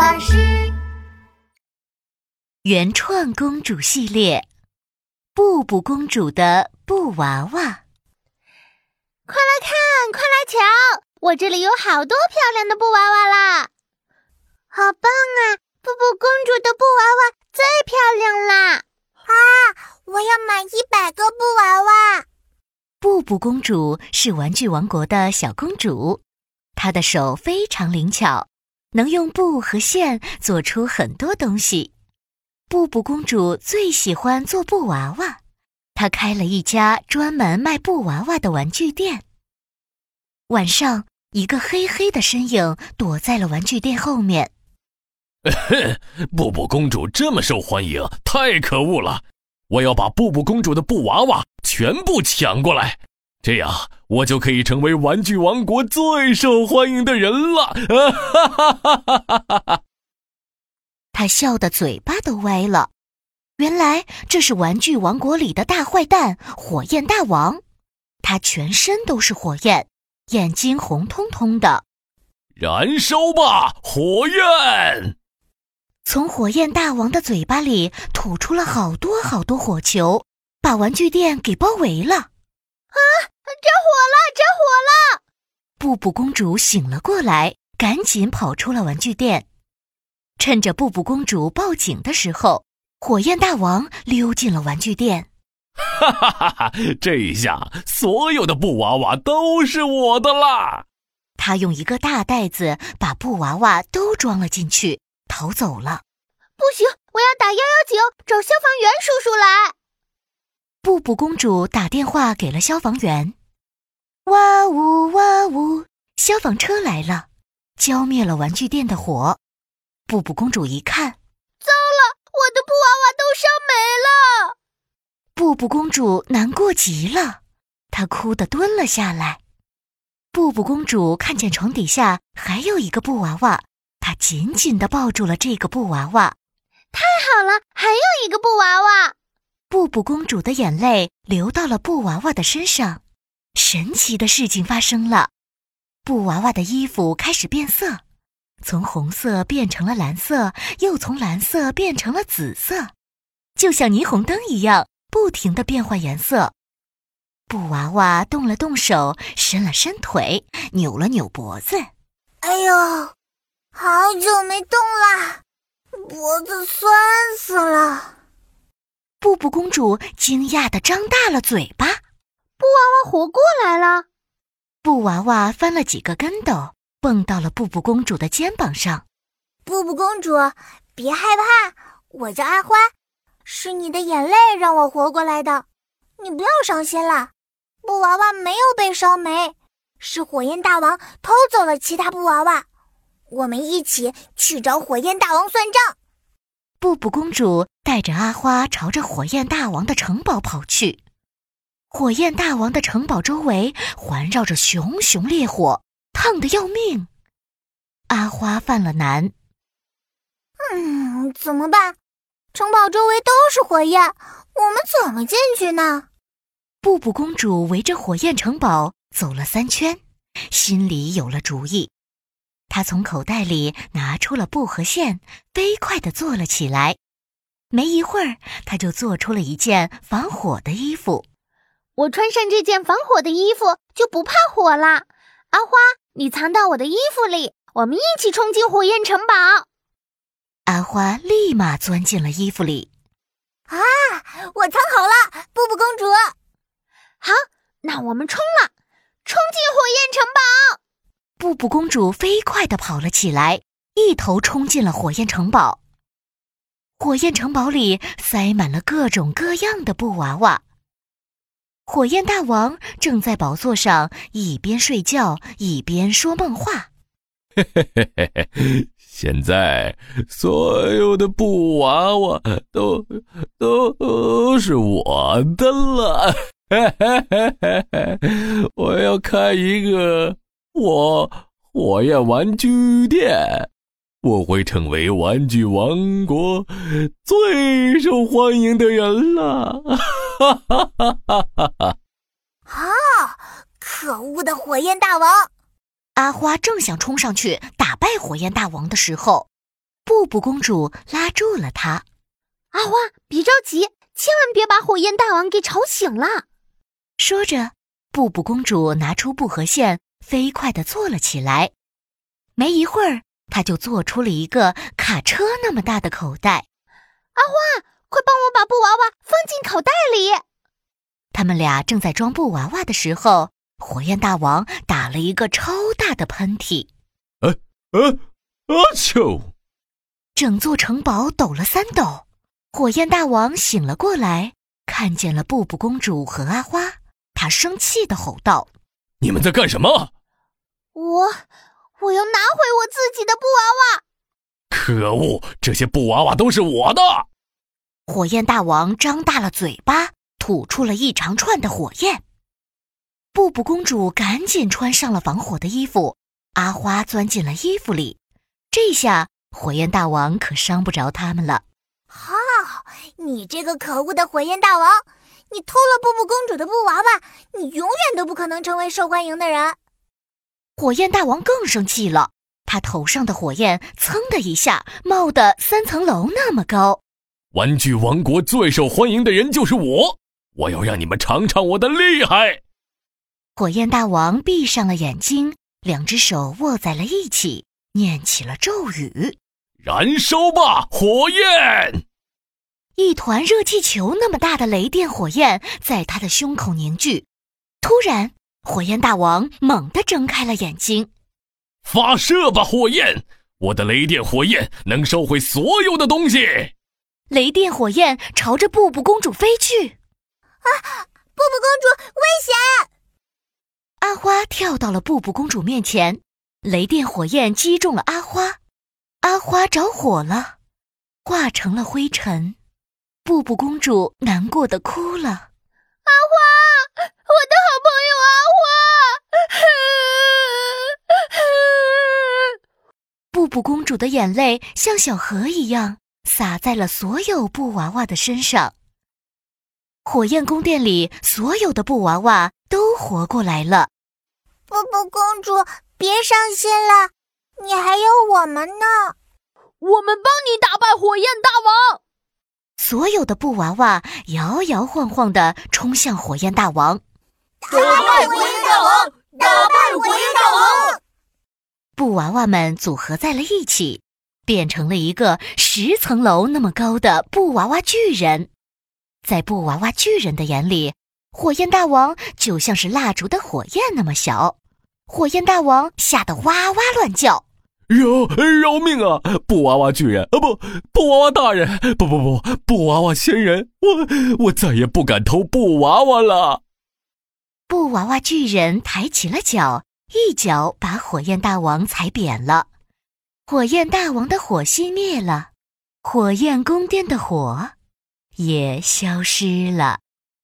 老师。 原创公主系列，布布公主的布娃娃。 快来看，快来瞧，我这里有好多漂亮的布娃娃啦！好棒啊，布布公主的布娃娃最漂亮啦！ 我要买100个布娃娃。 布布公主是玩具王国的小公主，她的手非常灵巧，能用布和线做出很多东西。布布公主最喜欢做布娃娃，她开了一家专门卖布娃娃的玩具店。晚上，一个黑黑的身影躲在了玩具店后面。 布布公主这么受欢迎，太可恶了！我要把布布公主的布娃娃全部抢过来，这样我就可以成为玩具王国最受欢迎的人了！ 他笑得嘴巴都歪了。原来这是玩具王国里的大坏蛋火焰大王，他全身都是火焰，眼睛红彤彤的。 燃烧吧，火焰！ 从火焰大王的嘴巴里吐出了好多好多火球，把玩具店给包围了。 着火了，着火了！ 布布公主醒了过来，赶紧跑出了玩具店。趁着布布公主报警的时候，火焰大王溜进了玩具店。 这一下所有的布娃娃都是我的啦！ 他用一个大袋子把布娃娃都装了进去，逃走了。 不行，我要打119，找消防员叔叔来。 布布公主打电话给了消防员。哇呜哇呜，消防车来了，浇灭了玩具店的火。布布公主一看， 糟了，我的布娃娃都烧没了！ 布布公主难过极了，她哭得蹲了下来。布布公主看见床底下还有一个布娃娃，她紧紧地抱住了这个布娃娃。 太好了，还有一个布娃娃！ 布布公主的眼泪流到了布娃娃的身上。神奇的事情发生了，布娃娃的衣服开始变色，从红色变成了蓝色，又从蓝色变成了紫色，就像霓虹灯一样，不停地变换颜色。布娃娃动了动手，伸了伸腿，扭了扭脖子。 哎呦，好久没动了，脖子酸死了。 布布公主惊讶地张大了嘴巴。 布娃娃活过来了。 布娃娃翻了几个跟斗，蹦到了布布公主的肩膀上。 布布公主，别害怕，我叫阿花，是你的眼泪让我活过来的。你不要伤心了，布娃娃没有被烧没，是火焰大王偷走了其他布娃娃。我们一起去找火焰大王算账。 布布公主带着阿花朝着火焰大王的城堡跑去。火焰大王的城堡周围环绕着熊熊烈火，烫得要命。阿花犯了难。 怎么办？城堡周围都是火焰，我们怎么进去呢？ 布布公主围着火焰城堡走了3圈，心里有了主意。她从口袋里拿出了布和线，飞快地做了起来。没一会儿，她就做出了一件防火的衣服。 我穿上这件防火的衣服就不怕火啦。阿花，你藏到我的衣服里，我们一起冲进火焰城堡。 阿花立马钻进了衣服里。 我藏好了，布布公主。 好，那我们冲了，冲进火焰城堡。 布布公主飞快地跑了起来，一头冲进了火焰城堡。火焰城堡里塞满了各种各样的布娃娃。火焰大王正在宝座上一边睡觉一边说梦话。 现在所有的布娃娃都是我的了。我要开一个火焰玩具店，我会成为玩具王国最受欢迎的人了。 可恶的火焰大王！ 阿花正想冲上去打败火焰大王的时候， 布布公主拉住了她。 阿花，别着急，千万别把火焰大王给吵醒了。 说着，布布公主拿出布和线，飞快地坐了起来。没一会儿，她就做出了一个卡车那么大的口袋。 阿花，快帮我把布娃娃放进口袋里。 他们俩正在装布娃娃的时候，火焰大王打了一个超大的喷嚏。 啾！ 整座城堡抖了3抖。火焰大王醒了过来，看见了布布公主和阿花，他生气地吼道： 你们在干什么？ 我要拿回我自己的布娃娃！ 可恶，这些布娃娃都是我的！ 火焰大王张大了嘴巴，吐出了一长串的火焰。布布公主赶紧穿上了防火的衣服，阿花钻进了衣服里。这下火焰大王可伤不着他们了。 好，你这个可恶的火焰大王，你偷了布布公主的布娃娃，你永远都不可能成为受欢迎的人。 火焰大王更生气了，他头上的火焰噌的一下冒得3层楼那么高。 玩具王国最受欢迎的人就是我，我要让你们尝尝我的厉害！ 火焰大王闭上了眼睛，2只手握在了一起，念起了咒语： 燃烧吧，火焰！ 一团热气球那么大的雷电火焰在他的胸口凝聚。突然，火焰大王猛地睁开了眼睛。 发射吧，火焰！我的雷电火焰能烧毁所有的东西。 雷电火焰朝着布布公主飞去。 布布公主，危险！ 阿花跳到了布布公主面前，雷电火焰击中了阿花，阿花着火了，化成了灰尘。布布公主难过地哭了。 阿花，我的好朋友阿花！ 布布公主的眼泪像小河一样洒在了所有布娃娃的身上。火焰宫殿里所有的布娃娃都活过来了。 布布公主，别伤心了，你还有我们呢。 我们帮你打败火焰大王！ 所有的布娃娃摇摇晃晃地冲向火焰大王。 打败火焰大王！打败火焰大王！ 布娃娃们组合在了一起，变成了一个10层楼那么高的布娃娃巨人。在布娃娃巨人的眼里，火焰大王就像是蜡烛的火焰那么小。火焰大王吓得哇哇乱叫。 饶命啊！布娃娃巨人布娃娃大人，布娃娃仙人，我再也不敢偷布娃娃了。 布娃娃巨人抬起了脚，一脚把火焰大王踩扁了。火焰大王的火熄灭了，火焰宫殿的火也消失了。